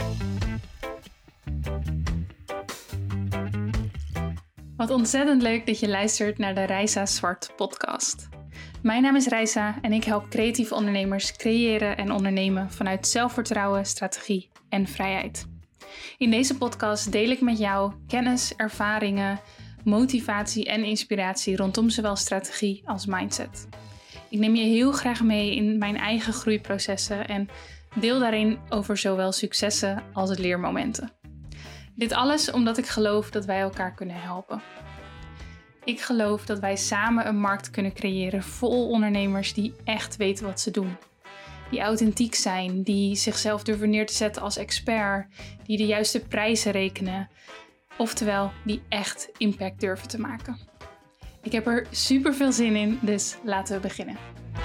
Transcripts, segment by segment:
Wat ontzettend leuk dat je luistert naar de Reisa Zwart podcast. Mijn naam is Reisa en ik help creatieve ondernemers creëren en ondernemen vanuit zelfvertrouwen, strategie en vrijheid. In deze podcast deel ik met jou kennis, ervaringen, motivatie en inspiratie rondom zowel strategie als mindset. Ik neem je heel graag mee in mijn eigen groeiprocessen en deel daarin over zowel successen als leermomenten. Dit alles omdat ik geloof dat wij elkaar kunnen helpen. Ik geloof dat wij samen een markt kunnen creëren vol ondernemers die echt weten wat ze doen. Die authentiek zijn, die zichzelf durven neer te zetten als expert, die de juiste prijzen rekenen. Oftewel, die echt impact durven te maken. Ik heb er super veel zin in, dus laten we beginnen.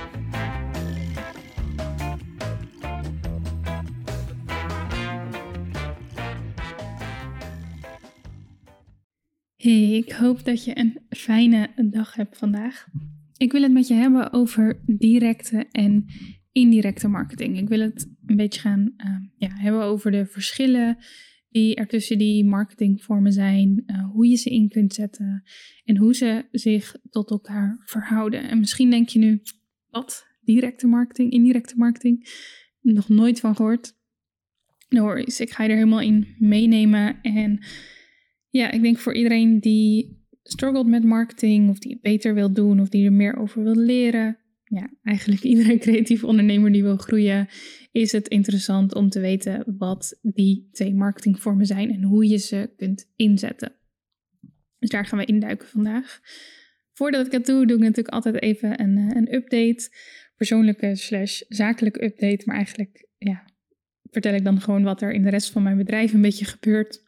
Hey, ik hoop dat je een fijne dag hebt vandaag. Ik wil het met je hebben over directe en indirecte marketing. Ik wil het een beetje gaan hebben over de verschillen die er tussen die marketingvormen zijn, hoe je ze in kunt zetten en hoe ze zich tot elkaar verhouden. En misschien denk je nu, wat? Directe marketing, indirecte marketing? Nog nooit van gehoord? No worries, ik ga je er helemaal in meenemen. En ja, ik denk voor iedereen die struggelt met marketing of die het beter wil doen of die er meer over wil leren. Ja, eigenlijk iedere creatieve ondernemer die wil groeien, is het interessant om te weten wat die twee marketingvormen zijn en hoe je ze kunt inzetten. Dus daar gaan we induiken vandaag. Voordat ik het doe ik natuurlijk altijd even een update. Persoonlijke / zakelijke update. Maar eigenlijk vertel ik dan gewoon wat er in de rest van mijn bedrijf een beetje gebeurt.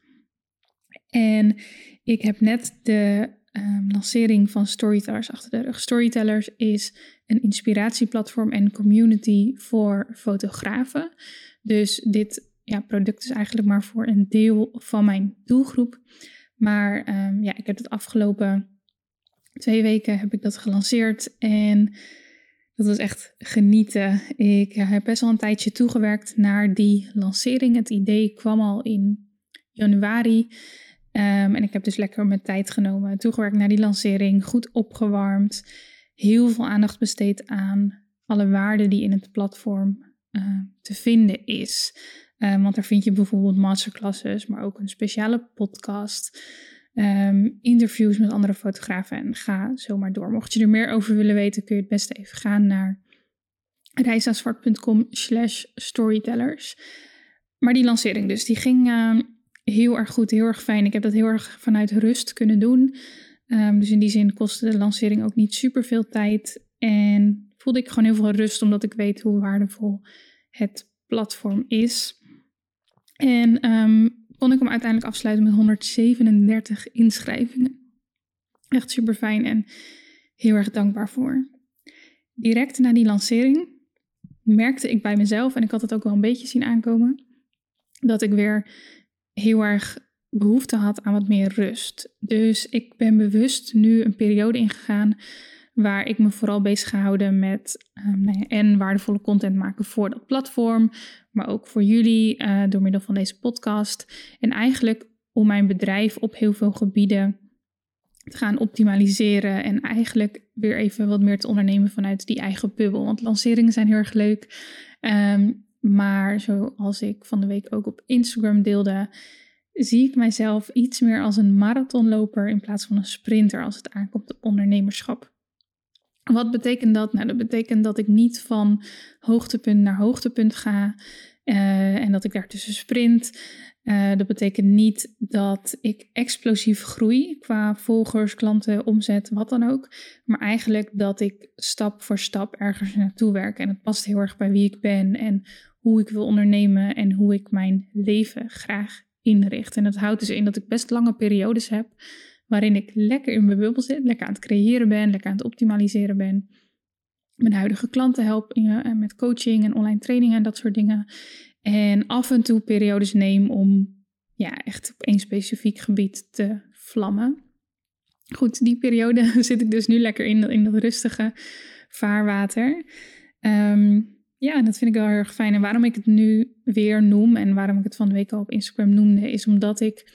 En ik heb net de lancering van Storytellers achter de rug. Storytellers is een inspiratieplatform en community voor fotografen. Dus dit product is eigenlijk maar voor een deel van mijn doelgroep. Maar ik heb het afgelopen 2 weken heb ik dat gelanceerd en dat was echt genieten. Ik heb best wel een tijdje toegewerkt naar die lancering. Het idee kwam al in januari. En ik heb dus lekker mijn tijd genomen, toegewerkt naar die lancering, goed opgewarmd. Heel veel aandacht besteed aan alle waarde die in het platform te vinden is. Want daar vind je bijvoorbeeld masterclasses, maar ook een speciale podcast, interviews met andere fotografen en ga zomaar door. Mocht je er meer over willen weten, kun je het beste even gaan naar reisazwart.com/storytellers. Maar die lancering dus, die ging heel erg goed, heel erg fijn. Ik heb dat heel erg vanuit rust kunnen doen. Dus in die zin kostte de lancering ook niet super veel tijd. En voelde ik gewoon heel veel rust, omdat ik weet hoe waardevol het platform is. En kon ik hem uiteindelijk afsluiten met 137 inschrijvingen. Echt super fijn en heel erg dankbaar voor. Direct na die lancering merkte ik bij mezelf, en ik had het ook wel een beetje zien aankomen, dat ik weer heel erg behoefte had aan wat meer rust. Dus ik ben bewust nu een periode ingegaan waar ik me vooral bezig ga houden met en waardevolle content maken voor dat platform, maar ook voor jullie door middel van deze podcast. En eigenlijk om mijn bedrijf op heel veel gebieden te gaan optimaliseren en eigenlijk weer even wat meer te ondernemen vanuit die eigen bubbel. Want lanceringen zijn heel erg leuk. Maar zoals ik van de week ook op Instagram deelde, zie ik mijzelf iets meer als een marathonloper in plaats van een sprinter als het aankomt op ondernemerschap. Wat betekent dat? Nou, dat betekent dat ik niet van hoogtepunt naar hoogtepunt ga en dat ik daartussen sprint. Dat betekent niet dat ik explosief groei qua volgers, klanten, omzet, wat dan ook. Maar eigenlijk dat ik stap voor stap ergens naartoe werk. En het past heel erg bij wie ik ben en hoe ik wil ondernemen en hoe ik mijn leven graag inricht. En dat houdt dus in dat ik best lange periodes heb waarin ik lekker in mijn bubbel zit, lekker aan het creëren ben, lekker aan het optimaliseren ben. Mijn huidige klanten help met coaching en online trainingen en dat soort dingen. En af en toe periodes neem om echt op één specifiek gebied te vlammen. Goed, die periode zit ik dus nu lekker in dat rustige vaarwater. Ja, dat vind ik wel heel erg fijn. En waarom ik het nu weer noem en waarom ik het van de week al op Instagram noemde, is omdat ik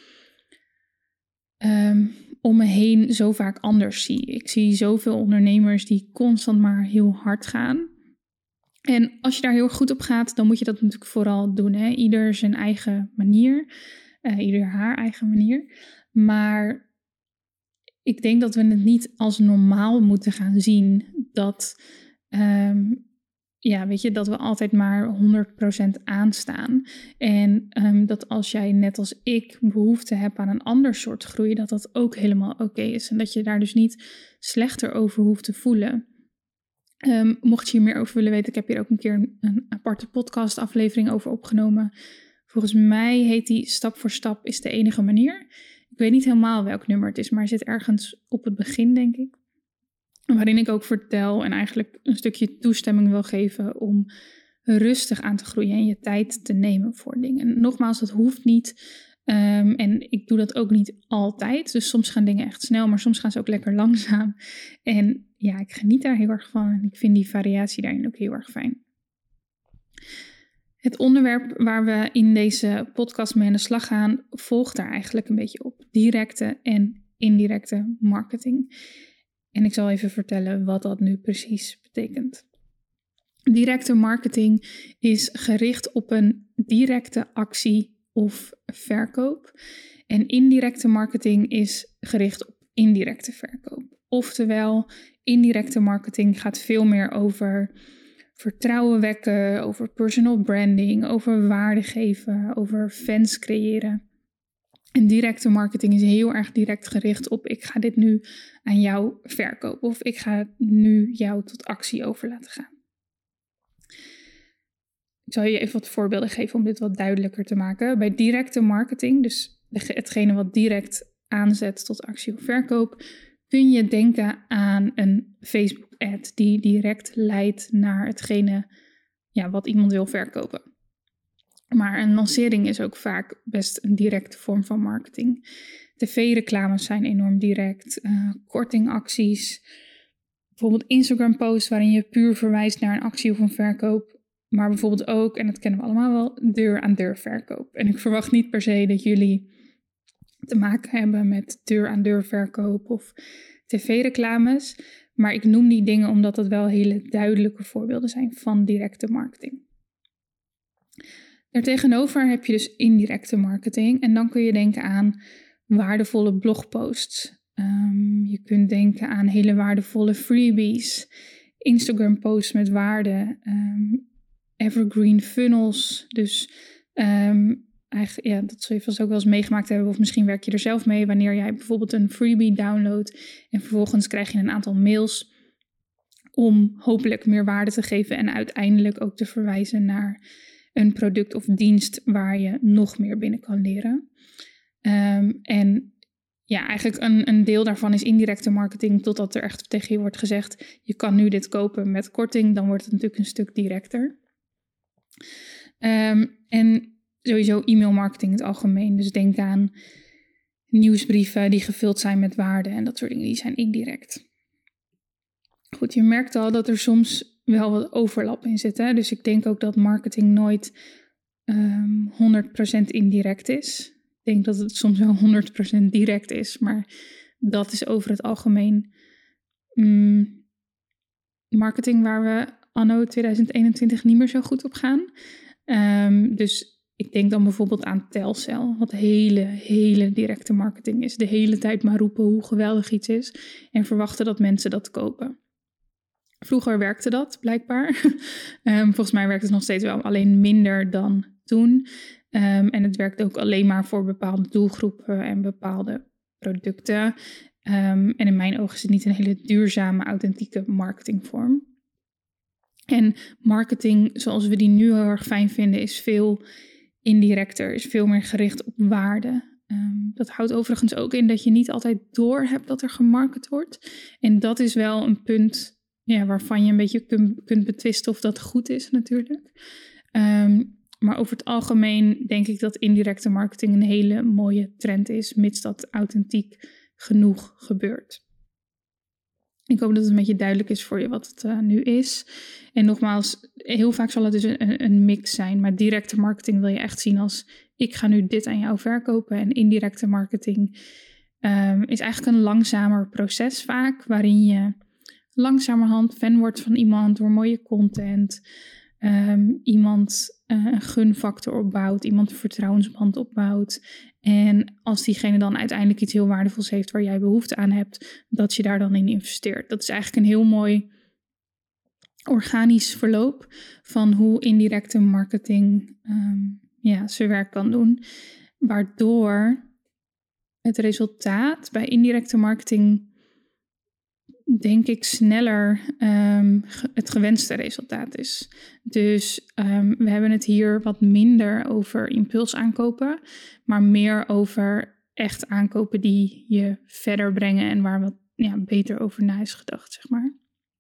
om me heen zo vaak anders zie. Ik zie zoveel ondernemers die constant maar heel hard gaan. En als je daar heel goed op gaat, dan moet je dat natuurlijk vooral doen. Hè? Ieder zijn eigen manier, ieder haar eigen manier. Maar ik denk dat we het niet als normaal moeten gaan zien dat, dat we altijd maar 100% aanstaan. En dat als jij net als ik behoefte hebt aan een ander soort groei, dat dat ook helemaal oké is. En dat je daar dus niet slechter over hoeft te voelen. Mocht je hier meer over willen weten, ik heb hier ook een keer een aparte podcast aflevering over opgenomen. Volgens mij heet die Stap voor Stap is de enige manier. Ik weet niet helemaal welk nummer het is, maar het zit ergens op het begin, denk ik. Waarin ik ook vertel en eigenlijk een stukje toestemming wil geven om rustig aan te groeien en je tijd te nemen voor dingen. En nogmaals, dat hoeft niet. En ik doe dat ook niet altijd. Dus soms gaan dingen echt snel, maar soms gaan ze ook lekker langzaam. En ja, ik geniet daar heel erg van. En ik vind die variatie daarin ook heel erg fijn. Het onderwerp waar we in deze podcast mee aan de slag gaan, volgt daar eigenlijk een beetje op. Directe en indirecte marketing. En ik zal even vertellen wat dat nu precies betekent. Directe marketing is gericht op een directe actie of verkoop. En indirecte marketing is gericht op indirecte verkoop. Oftewel, indirecte marketing gaat veel meer over vertrouwen wekken, over personal branding, over waarde geven, over fans creëren. En directe marketing is heel erg direct gericht op ik ga dit nu aan jou verkopen of ik ga nu jou tot actie over laten gaan. Ik zal je even wat voorbeelden geven om dit wat duidelijker te maken. Bij directe marketing, dus hetgene wat direct aanzet tot actie of verkoop, kun je denken aan een Facebook-ad die direct leidt naar hetgene wat iemand wil verkopen. Maar een lancering is ook vaak best een directe vorm van marketing. TV-reclames zijn enorm direct, kortingacties, bijvoorbeeld Instagram-posts waarin je puur verwijst naar een actie of een verkoop. Maar bijvoorbeeld ook, en dat kennen we allemaal wel, deur-aan-deur verkoop. En ik verwacht niet per se dat jullie te maken hebben met deur-aan-deur verkoop of tv-reclames. Maar ik noem die dingen omdat dat wel hele duidelijke voorbeelden zijn van directe marketing. Daartegenover heb je dus indirecte marketing. En dan kun je denken aan waardevolle blogposts. Je kunt denken aan hele waardevolle freebies. Instagram posts met waarde. Evergreen funnels. Dus dat zul je vast ook wel eens meegemaakt hebben. Of misschien werk je er zelf mee wanneer jij bijvoorbeeld een freebie downloadt. En vervolgens krijg je een aantal mails om hopelijk meer waarde te geven. En uiteindelijk ook te verwijzen naar een product of dienst waar je nog meer binnen kan leren. Eigenlijk een deel daarvan is indirecte marketing, totdat er echt tegen je wordt gezegd, je kan nu dit kopen met korting, dan wordt het natuurlijk een stuk directer. En sowieso e-mailmarketing in het algemeen. Dus denk aan nieuwsbrieven die gevuld zijn met waarde en dat soort dingen, die zijn indirect. Goed, je merkt al dat er soms wel wat overlap in zit. Hè? Dus ik denk ook dat marketing nooit 100% indirect is. Ik denk dat het soms wel 100% direct is. Maar dat is over het algemeen marketing waar we anno 2021 niet meer zo goed op gaan. Dus ik denk dan bijvoorbeeld aan Telcel. Wat hele directe marketing is. De hele tijd maar roepen hoe geweldig iets is. En verwachten dat mensen dat kopen. Vroeger werkte dat, blijkbaar. Volgens mij werkt het nog steeds wel, alleen minder dan toen. En het werkt ook alleen maar voor bepaalde doelgroepen en bepaalde producten. En in mijn ogen is het niet een hele duurzame, authentieke marketingvorm. En marketing, zoals we die nu heel erg fijn vinden, is veel indirecter, is veel meer gericht op waarde. Dat houdt overigens ook in dat je niet altijd doorhebt dat er gemarket wordt. En dat is wel een punt waarvan je een beetje kunt betwisten of dat goed is natuurlijk. Maar over het algemeen denk ik dat indirecte marketing een hele mooie trend is, mits dat authentiek genoeg gebeurt. Ik hoop dat het een beetje duidelijk is voor je wat het nu is. En nogmaals, heel vaak zal het dus een mix zijn. Maar directe marketing wil je echt zien als ik ga nu dit aan jou verkopen. En indirecte marketing is eigenlijk een langzamer proces vaak. Waarin je langzamerhand fan wordt van iemand door mooie content. Iemand een gunfactor opbouwt. Iemand een vertrouwensband opbouwt. En als diegene dan uiteindelijk iets heel waardevols heeft waar jij behoefte aan hebt, dat je daar dan in investeert. Dat is eigenlijk een heel mooi organisch verloop van hoe indirecte marketing zijn werk kan doen. Waardoor het resultaat bij indirecte marketing, denk ik, sneller het gewenste resultaat is. Dus we hebben het hier wat minder over impuls aankopen, maar meer over echt aankopen die je verder brengen en waar wat beter over na is gedacht, zeg maar.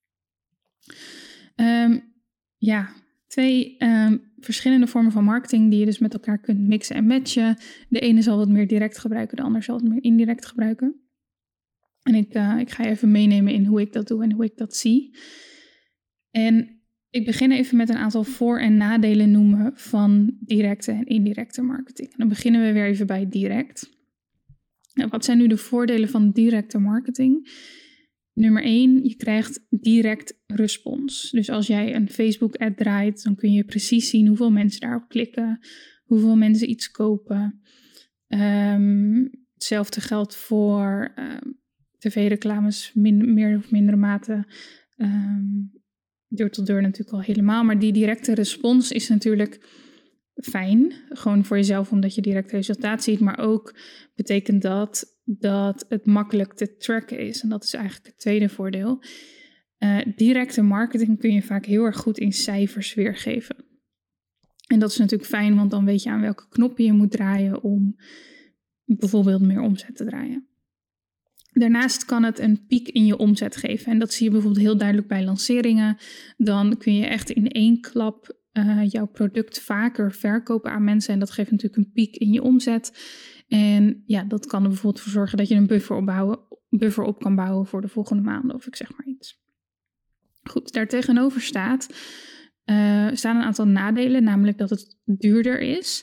Twee verschillende vormen van marketing die je dus met elkaar kunt mixen en matchen. De ene zal wat meer direct gebruiken, de ander zal wat meer indirect gebruiken. En ik ga je even meenemen in hoe ik dat doe en hoe ik dat zie. En ik begin even met een aantal voor- en nadelen noemen van directe en indirecte marketing. En dan beginnen we weer even bij direct. Nou, wat zijn nu de voordelen van directe marketing? Nummer 1, je krijgt direct respons. Dus als jij een Facebook-ad draait, dan kun je precies zien hoeveel mensen daarop klikken, hoeveel mensen iets kopen. Hetzelfde geldt voor tv-reclames, meer of mindere mate. Deur tot deur natuurlijk al helemaal. Maar die directe respons is natuurlijk fijn. Gewoon voor jezelf, omdat je direct resultaat ziet. Maar ook betekent dat het makkelijk te tracken is. En dat is eigenlijk het tweede voordeel. Directe marketing kun je vaak heel erg goed in cijfers weergeven. En dat is natuurlijk fijn, want dan weet je aan welke knoppen je moet draaien om bijvoorbeeld meer omzet te draaien. Daarnaast kan het een piek in je omzet geven. En dat zie je bijvoorbeeld heel duidelijk bij lanceringen. Dan kun je echt in één klap jouw product vaker verkopen aan mensen. En dat geeft natuurlijk een piek in je omzet. En ja, dat kan er bijvoorbeeld voor zorgen dat je een buffer op kan bouwen voor de volgende maanden. Of ik zeg maar iets. Goed, daartegenover staan een aantal nadelen. Namelijk dat het duurder is.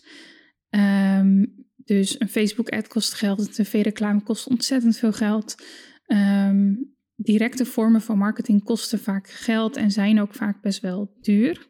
Dus een Facebook-ad kost geld, een tv-reclame kost ontzettend veel geld. Directe vormen van marketing kosten vaak geld en zijn ook vaak best wel duur.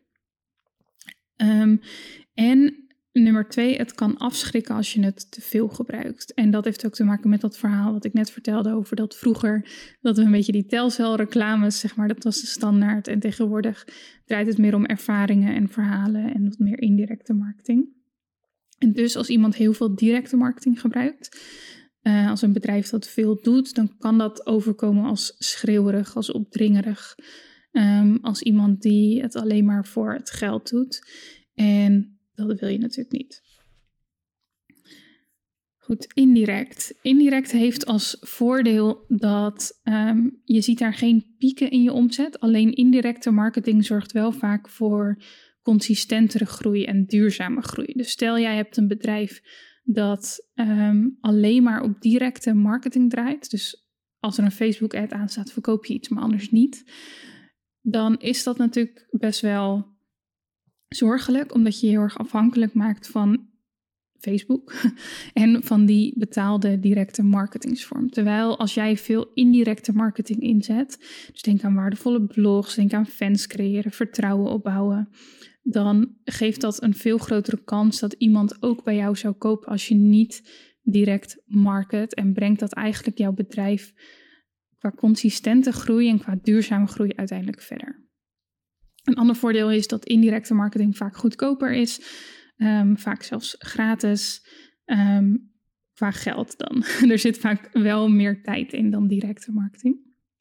En nummer 2, het kan afschrikken als je het te veel gebruikt. En dat heeft ook te maken met dat verhaal wat ik net vertelde over dat vroeger, dat we een beetje die Telcel-reclames, zeg maar, dat was de standaard. En tegenwoordig draait het meer om ervaringen en verhalen en wat meer indirecte marketing. En dus als iemand heel veel directe marketing gebruikt, als een bedrijf dat veel doet, dan kan dat overkomen als schreeuwerig, als opdringerig. Als iemand die het alleen maar voor het geld doet. En dat wil je natuurlijk niet. Goed, indirect. Indirect heeft als voordeel dat je ziet daar geen pieken in je omzet. Alleen indirecte marketing zorgt wel vaak voor consistentere groei en duurzame groei. Dus stel jij hebt een bedrijf dat alleen maar op directe marketing draait. Dus als er een Facebook-ad aan staat, verkoop je iets, maar anders niet. Dan is dat natuurlijk best wel zorgelijk, omdat je je heel erg afhankelijk maakt van Facebook en van die betaalde directe marketingsvorm. Terwijl als jij veel indirecte marketing inzet, dus denk aan waardevolle blogs, denk aan fans creëren, vertrouwen opbouwen, dan geeft dat een veel grotere kans dat iemand ook bij jou zou kopen als je niet direct market en brengt dat eigenlijk jouw bedrijf qua consistente groei en qua duurzame groei uiteindelijk verder. Een ander voordeel is dat indirecte marketing vaak goedkoper is, vaak zelfs gratis, qua geld dan. Er zit vaak wel meer tijd in dan directe marketing.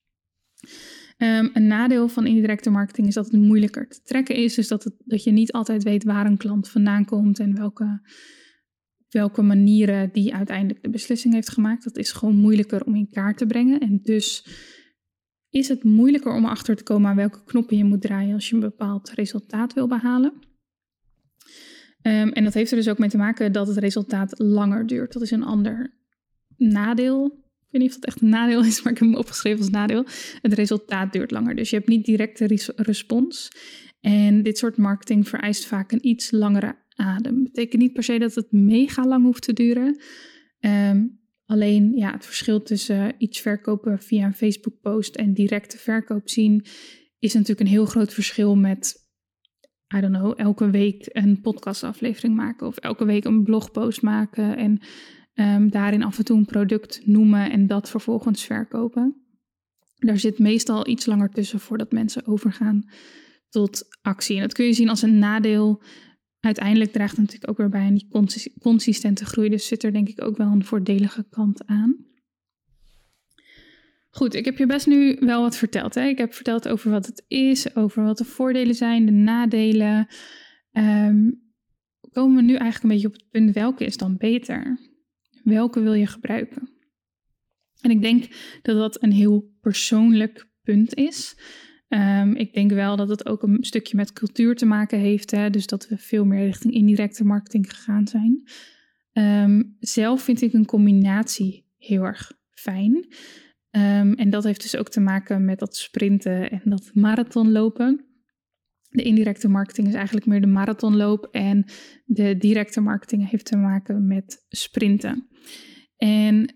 Een nadeel van indirecte marketing is dat het moeilijker te trekken is. Dus dat je niet altijd weet waar een klant vandaan komt en welke manieren die uiteindelijk de beslissing heeft gemaakt. Dat is gewoon moeilijker om in kaart te brengen. En dus is het moeilijker om erachter te komen aan welke knoppen je moet draaien als je een bepaald resultaat wil behalen. En dat heeft er dus ook mee te maken dat het resultaat langer duurt. Dat is een ander nadeel Ik weet niet of dat echt een nadeel is, maar ik heb hem opgeschreven als nadeel. Het resultaat duurt langer, dus je hebt niet directe respons. En dit soort marketing vereist vaak een iets langere adem. Betekent niet per se dat het mega lang hoeft te duren. Alleen het verschil tussen iets verkopen via een Facebook post en directe verkoop zien is natuurlijk een heel groot verschil met, elke week een podcastaflevering maken of elke week een blogpost maken en daarin af en toe een product noemen en dat vervolgens verkopen. Daar zit meestal iets langer tussen voordat mensen overgaan tot actie. En dat kun je zien als een nadeel. Uiteindelijk draagt het natuurlijk ook weer bij aan die consistente groei. Dus zit er denk ik ook wel een voordelige kant aan. Goed, ik heb je best nu wel wat verteld. Hè? Ik heb verteld over wat het is, over wat de voordelen zijn, de nadelen. Komen we nu eigenlijk een beetje op het punt, welke is dan beter? Welke wil je gebruiken? En ik denk dat dat een heel persoonlijk punt is. Ik denk wel dat het ook een stukje met cultuur te maken heeft. Hè? Dus dat we veel meer richting indirecte marketing gegaan zijn. Zelf vind ik een combinatie heel erg fijn. En dat heeft dus ook te maken met dat sprinten en dat marathonlopen. De indirecte marketing is eigenlijk meer de marathonloop en de directe marketing heeft te maken met sprinten. En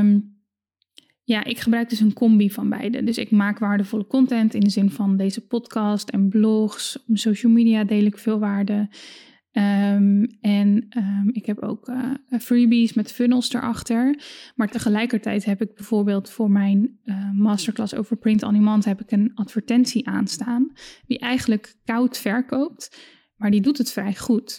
ik gebruik dus een combi van beide. Dus ik maak waardevolle content in de zin van deze podcast en blogs. Op social media deel ik veel waarde. Ik heb ook freebies met funnels erachter. Maar tegelijkertijd heb ik bijvoorbeeld voor mijn masterclass over print on demand heb ik een advertentie aanstaan. Die eigenlijk koud verkoopt, maar die doet het vrij goed.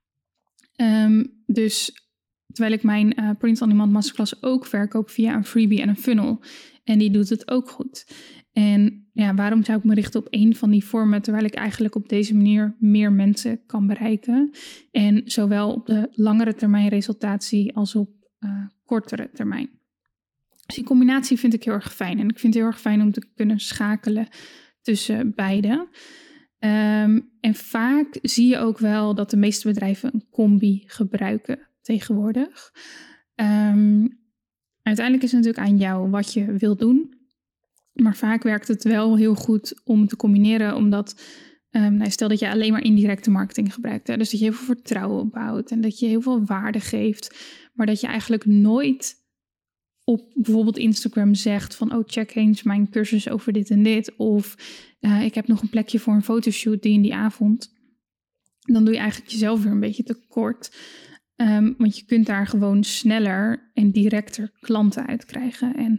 Dus terwijl ik mijn print on demand masterclass ook verkoop via een freebie en een funnel. En die doet het ook goed. En waarom zou ik me richten op één van die vormen, terwijl ik eigenlijk op deze manier meer mensen kan bereiken. En zowel op de langere termijn resultaat zie als op kortere termijn. Dus die combinatie vind ik heel erg fijn. En ik vind het heel erg fijn om te kunnen schakelen tussen beide. En vaak zie je ook wel dat de meeste bedrijven een combi gebruiken tegenwoordig. Uiteindelijk is het natuurlijk aan jou wat je wil doen. Maar vaak werkt het wel heel goed om te combineren, omdat stel dat je alleen maar indirecte marketing gebruikt. Hè? Dus dat je heel veel vertrouwen opbouwt en dat je heel veel waarde geeft. Maar dat je eigenlijk nooit op bijvoorbeeld Instagram zegt van check eens mijn cursus over dit en dit. Of ik heb nog een plekje voor een fotoshoot die in die avond. Dan doe je eigenlijk jezelf weer een beetje tekort. Want je kunt daar gewoon sneller en directer klanten uit krijgen. En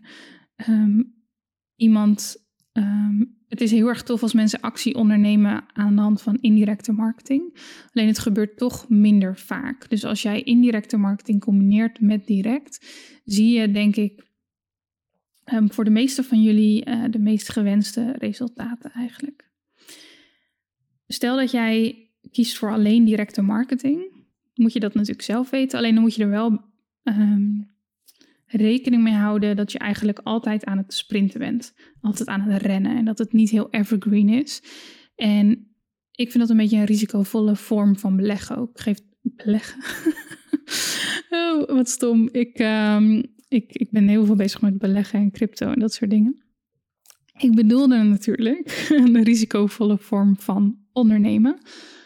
het is heel erg tof als mensen actie ondernemen aan de hand van indirecte marketing. Alleen het gebeurt toch minder vaak. Dus als jij indirecte marketing combineert met direct, zie je denk ik voor de meeste van jullie de meest gewenste resultaten eigenlijk. Stel dat jij kiest voor alleen directe marketing, moet je dat natuurlijk zelf weten. Alleen dan moet je er wel rekening mee houden dat je eigenlijk altijd aan het sprinten bent. Altijd aan het rennen en dat het niet heel evergreen is. En ik vind dat een beetje een risicovolle vorm van beleggen ook. Beleggen? Oh, wat stom. Ik ben heel veel bezig met beleggen en crypto en dat soort dingen. Ik bedoelde natuurlijk een risicovolle vorm van ondernemen.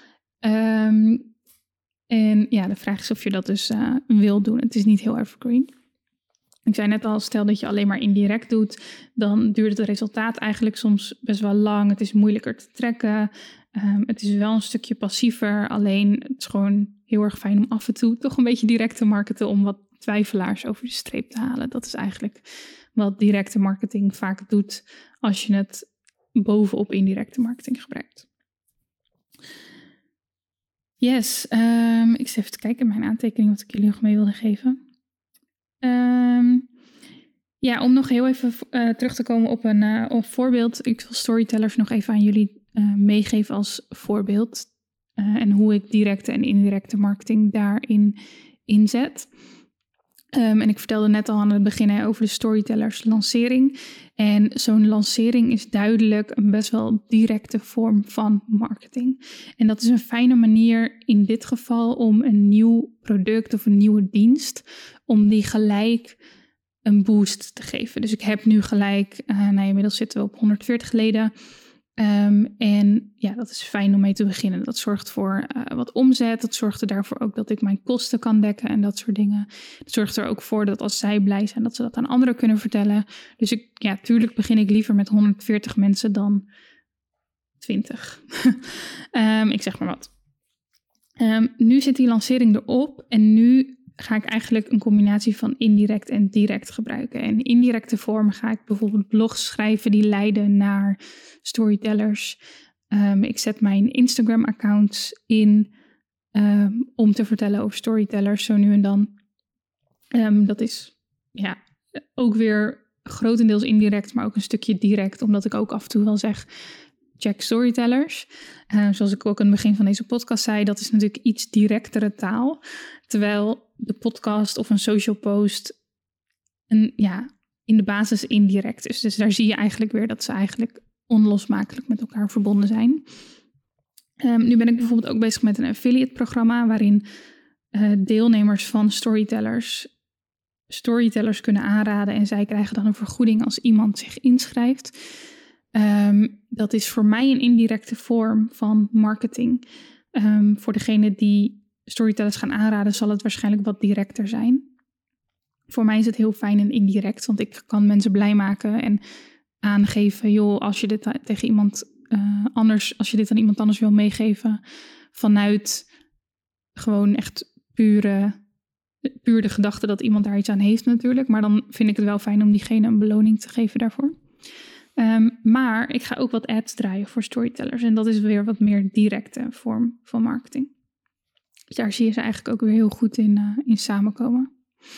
De vraag is of je dat dus wil doen. Het is niet heel evergreen. Ik zei net al, stel dat je alleen maar indirect doet, dan duurt het resultaat eigenlijk soms best wel lang. Het is moeilijker te trekken. Het is wel een stukje passiever. Alleen het is gewoon heel erg fijn om af en toe toch een beetje direct te marketen om wat twijfelaars over de streep te halen. Dat is eigenlijk wat directe marketing vaak doet als je het bovenop indirecte marketing gebruikt. Yes, ik zit even te kijken in mijn aantekening wat ik jullie nog mee wilde geven. Om nog heel even terug te komen op een voorbeeld. Ik wil storytellers nog even aan jullie meegeven als voorbeeld. En hoe ik directe en indirecte marketing daarin inzet. En ik vertelde net al aan het begin over de storytellers lancering. En zo'n lancering is duidelijk een best wel directe vorm van marketing. En dat is een fijne manier in dit geval om een nieuw product of een nieuwe dienst, om die gelijk een boost te geven. Dus ik heb nu gelijk, inmiddels zitten we op 140 leden. En ja, dat is fijn om mee te beginnen. Dat zorgt voor wat omzet. Dat zorgt er daarvoor ook dat ik mijn kosten kan dekken en dat soort dingen. Het zorgt er ook voor dat als zij blij zijn, dat ze dat aan anderen kunnen vertellen. Dus tuurlijk begin ik liever met 140 mensen dan 20. Ik zeg maar wat. Nu zit die lancering erop en nu ga ik eigenlijk een combinatie van indirect en direct gebruiken. En in indirecte vorm ga ik bijvoorbeeld blogs schrijven die leiden naar storytellers. Ik zet mijn Instagram-accounts in om te vertellen over storytellers, zo nu en dan. Dat is ook weer grotendeels indirect, maar ook een stukje direct, omdat ik ook af en toe wel zeg, check storytellers. Zoals ik ook aan het begin van deze podcast zei, dat is natuurlijk iets directere taal. Terwijl de podcast of een social post in de basis indirect is. Dus daar zie je eigenlijk weer dat ze eigenlijk onlosmakelijk met elkaar verbonden zijn. Nu ben ik bijvoorbeeld ook bezig met een affiliate programma waarin deelnemers van storytellers kunnen aanraden en zij krijgen dan een vergoeding als iemand zich inschrijft. Dat is voor mij een indirecte vorm van marketing. Voor degene die storytellers gaan aanraden, zal het waarschijnlijk wat directer zijn. Voor mij is het heel fijn en indirect, want ik kan mensen blij maken en aangeven, joh, als je dit tegen iemand anders, als je dit aan iemand anders wil meegeven, vanuit gewoon echt puur de gedachte dat iemand daar iets aan heeft natuurlijk, maar dan vind ik het wel fijn om diegene een beloning te geven daarvoor. Maar ik ga ook wat ads draaien voor storytellers en dat is weer wat meer directe vorm van marketing. Dus daar zie je ze eigenlijk ook weer heel goed in samenkomen.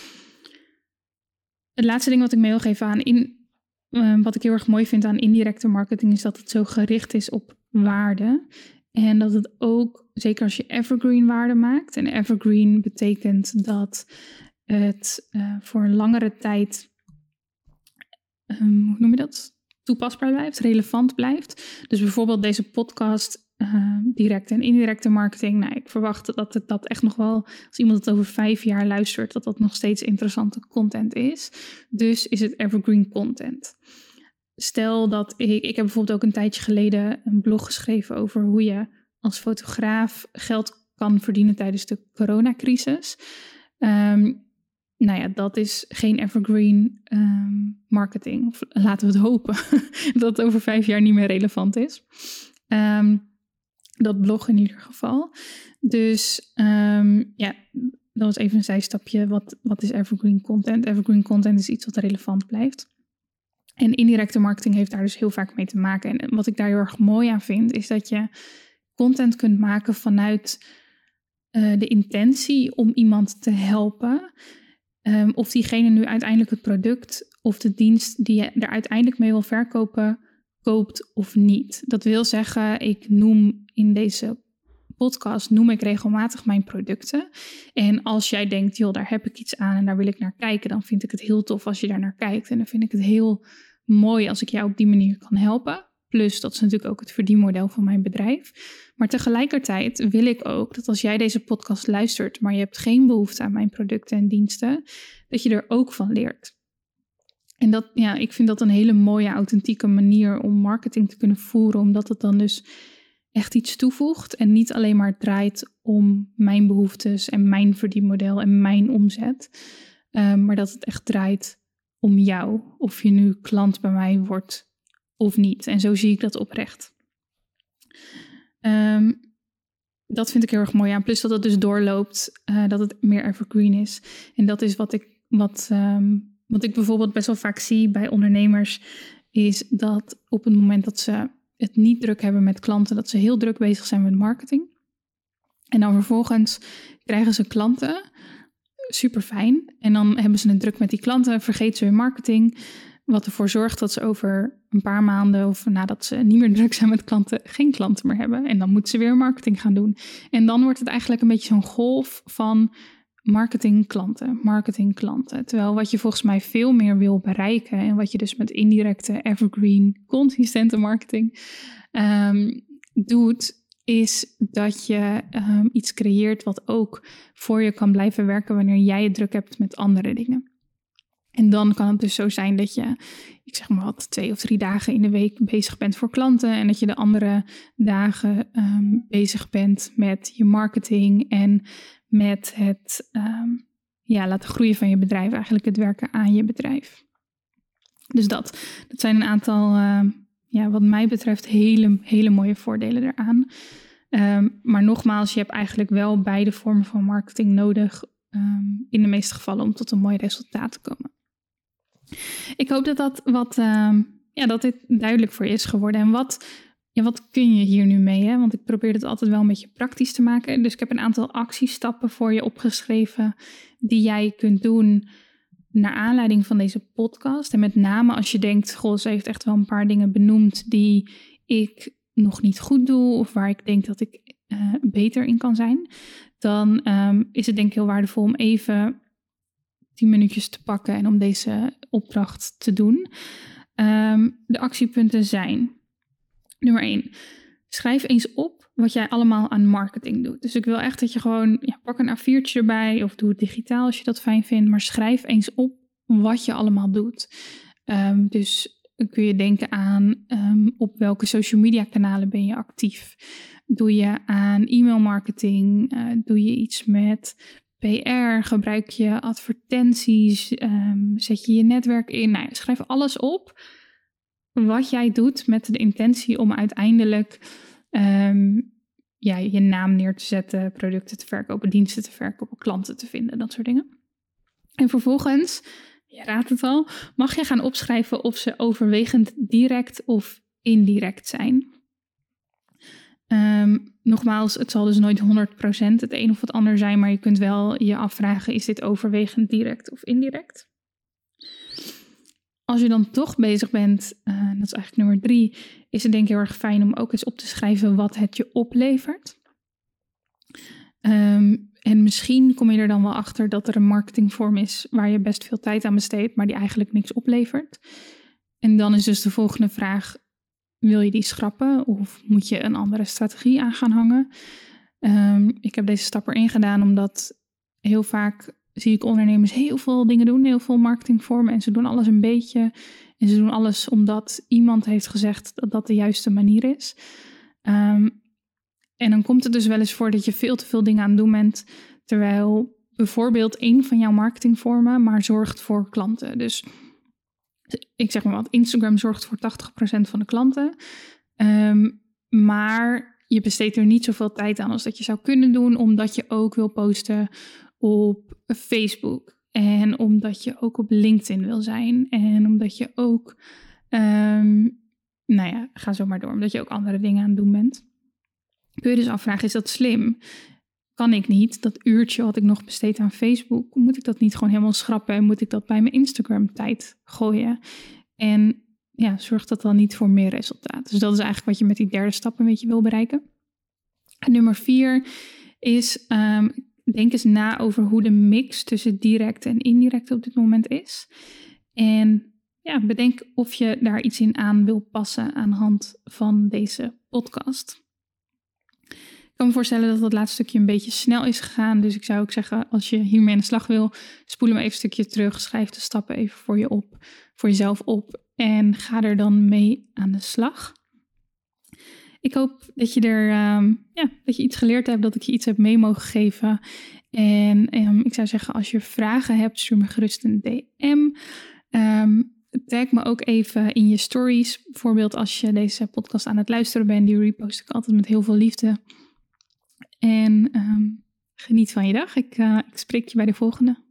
Het laatste ding wat ik mee wil geven wat ik heel erg mooi vind aan indirecte marketing is dat het zo gericht is op waarde. En dat het ook, zeker als je evergreen waarde maakt. En evergreen betekent dat het voor een langere tijd, hoe noem je dat? Toepasbaar blijft, relevant blijft. Dus bijvoorbeeld deze podcast, directe en indirecte marketing. Ik verwacht dat echt nog wel, als iemand het over 5 jaar luistert, dat nog steeds interessante content is. Dus is het evergreen content. Stel dat ik heb bijvoorbeeld ook een tijdje geleden een blog geschreven over hoe je als fotograaf geld kan verdienen tijdens de coronacrisis. Dat is geen evergreen marketing. Of laten we het hopen dat het over 5 jaar niet meer relevant is. Dat blog in ieder geval. Dus dat was even een zijstapje. Wat is evergreen content? Evergreen content is iets wat relevant blijft. En indirecte marketing heeft daar dus heel vaak mee te maken. En wat ik daar heel erg mooi aan vind, is dat je content kunt maken vanuit de intentie om iemand te helpen. Of diegene nu uiteindelijk het product of de dienst die je er uiteindelijk mee wil verkopen, koopt of niet. Dat wil zeggen, ik noem in deze podcast regelmatig mijn producten. En als jij denkt, joh, daar heb ik iets aan en daar wil ik naar kijken, dan vind ik het heel tof als je daar naar kijkt. En dan vind ik het heel mooi als ik jou op die manier kan helpen. Plus, dat is natuurlijk ook het verdienmodel van mijn bedrijf. Maar tegelijkertijd wil ik ook dat als jij deze podcast luistert, maar je hebt geen behoefte aan mijn producten en diensten, dat je er ook van leert. En ik vind dat een hele mooie, authentieke manier om marketing te kunnen voeren, omdat het dan dus echt iets toevoegt en niet alleen maar draait om mijn behoeftes en mijn verdienmodel en mijn omzet, maar dat het echt draait om jou, of je nu klant bij mij wordt of niet. En zo zie ik dat oprecht. Dat vind ik heel erg mooi aan. Plus dat het dus doorloopt, dat het meer evergreen is. En dat is wat ik bijvoorbeeld best wel vaak zie bij ondernemers, is dat op het moment dat ze het niet druk hebben met klanten, dat ze heel druk bezig zijn met marketing. En dan vervolgens krijgen ze klanten, super fijn. En dan hebben ze het druk met die klanten, vergeten ze hun marketing, wat ervoor zorgt dat ze over een paar maanden of nadat ze niet meer druk zijn met klanten, geen klanten meer hebben. En dan moeten ze weer marketing gaan doen. En dan wordt het eigenlijk een beetje zo'n golf van marketing klanten. Terwijl wat je volgens mij veel meer wil bereiken en wat je dus met indirecte, evergreen, consistente marketing doet, is dat je iets creëert wat ook voor je kan blijven werken wanneer jij het druk hebt met andere dingen. En dan kan het dus zo zijn dat je, ik zeg maar wat, 2 of 3 dagen in de week bezig bent voor klanten. En dat je de andere dagen bezig bent met je marketing en met het laten groeien van je bedrijf. Eigenlijk het werken aan je bedrijf. Dus dat zijn een aantal, wat mij betreft, hele, hele mooie voordelen eraan. Maar nogmaals, je hebt eigenlijk wel beide vormen van marketing nodig. In de meeste gevallen om tot een mooi resultaat te komen. Ik hoop dat dit duidelijk voor je is geworden. En wat kun je hier nu mee? Hè? Want ik probeer het altijd wel een beetje praktisch te maken. Dus ik heb een aantal actiestappen voor je opgeschreven die jij kunt doen naar aanleiding van deze podcast. En met name als je denkt, goh, ze heeft echt wel een paar dingen benoemd die ik nog niet goed doe of waar ik denk dat ik beter in kan zijn. Dan is het denk ik heel waardevol om even 10 minuutjes te pakken en om deze opdracht te doen. De actiepunten zijn: nummer 1. Schrijf eens op wat jij allemaal aan marketing doet. Dus ik wil echt dat je gewoon, pak een A4'tje erbij of doe het digitaal als je dat fijn vindt. Maar schrijf eens op wat je allemaal doet. Dus kun je denken aan op welke social media kanalen ben je actief. Doe je aan e-mail marketing? Doe je iets met PR? Gebruik je advertenties? Zet je je netwerk in? Nou, schrijf alles op wat jij doet met de intentie om uiteindelijk je naam neer te zetten, producten te verkopen, diensten te verkopen, klanten te vinden, dat soort dingen. En vervolgens, je raadt het al, mag je gaan opschrijven of ze overwegend direct of indirect zijn. Nogmaals, het zal dus nooit 100% het een of het ander zijn, maar je kunt wel je afvragen, is dit overwegend direct of indirect? Als je dan toch bezig bent, dat is eigenlijk nummer 3, is het denk ik heel erg fijn om ook eens op te schrijven wat het je oplevert. En misschien kom je er dan wel achter dat er een marketingvorm is waar je best veel tijd aan besteedt, maar die eigenlijk niks oplevert. En dan is dus de volgende vraag, wil je die schrappen of moet je een andere strategie aan gaan hangen? Ik heb deze stap erin gedaan omdat heel vaak zie ik ondernemers heel veel dingen doen, heel veel marketingvormen en ze doen alles een beetje. En ze doen alles omdat iemand heeft gezegd dat dat de juiste manier is. En dan komt het dus wel eens voor dat je veel te veel dingen aan het doen bent, terwijl bijvoorbeeld één van jouw marketingvormen maar zorgt voor klanten. Dus ik zeg maar wat, Instagram zorgt voor 80% van de klanten, maar je besteedt er niet zoveel tijd aan als dat je zou kunnen doen, omdat je ook wil posten op Facebook en omdat je ook op LinkedIn wil zijn en omdat je ook, ga zo maar door, omdat je ook andere dingen aan het doen bent. Kun je dus afvragen, is dat slim? Kan ik niet dat uurtje wat ik nog besteed aan Facebook, moet ik dat niet gewoon helemaal schrappen en moet ik dat bij mijn Instagram tijd gooien? En zorgt dat dan niet voor meer resultaat? Dus dat is eigenlijk wat je met die derde stap een beetje wil bereiken. En nummer 4 is, denk eens na over hoe de mix tussen direct en indirect op dit moment is. En bedenk of je daar iets in aan wil passen aan de hand van deze podcast. Ik kan me voorstellen dat dat laatste stukje een beetje snel is gegaan. Dus ik zou ook zeggen, als je hiermee aan de slag wil, spoel hem even een stukje terug. Schrijf de stappen even voor jezelf op. En ga er dan mee aan de slag. Ik hoop dat je dat je iets geleerd hebt, dat ik je iets heb mee mogen geven. En ik zou zeggen, als je vragen hebt, stuur me gerust een DM. Tag me ook even in je stories. Bijvoorbeeld als je deze podcast aan het luisteren bent, die repost ik altijd met heel veel liefde. En geniet van je dag. Ik spreek je bij de volgende.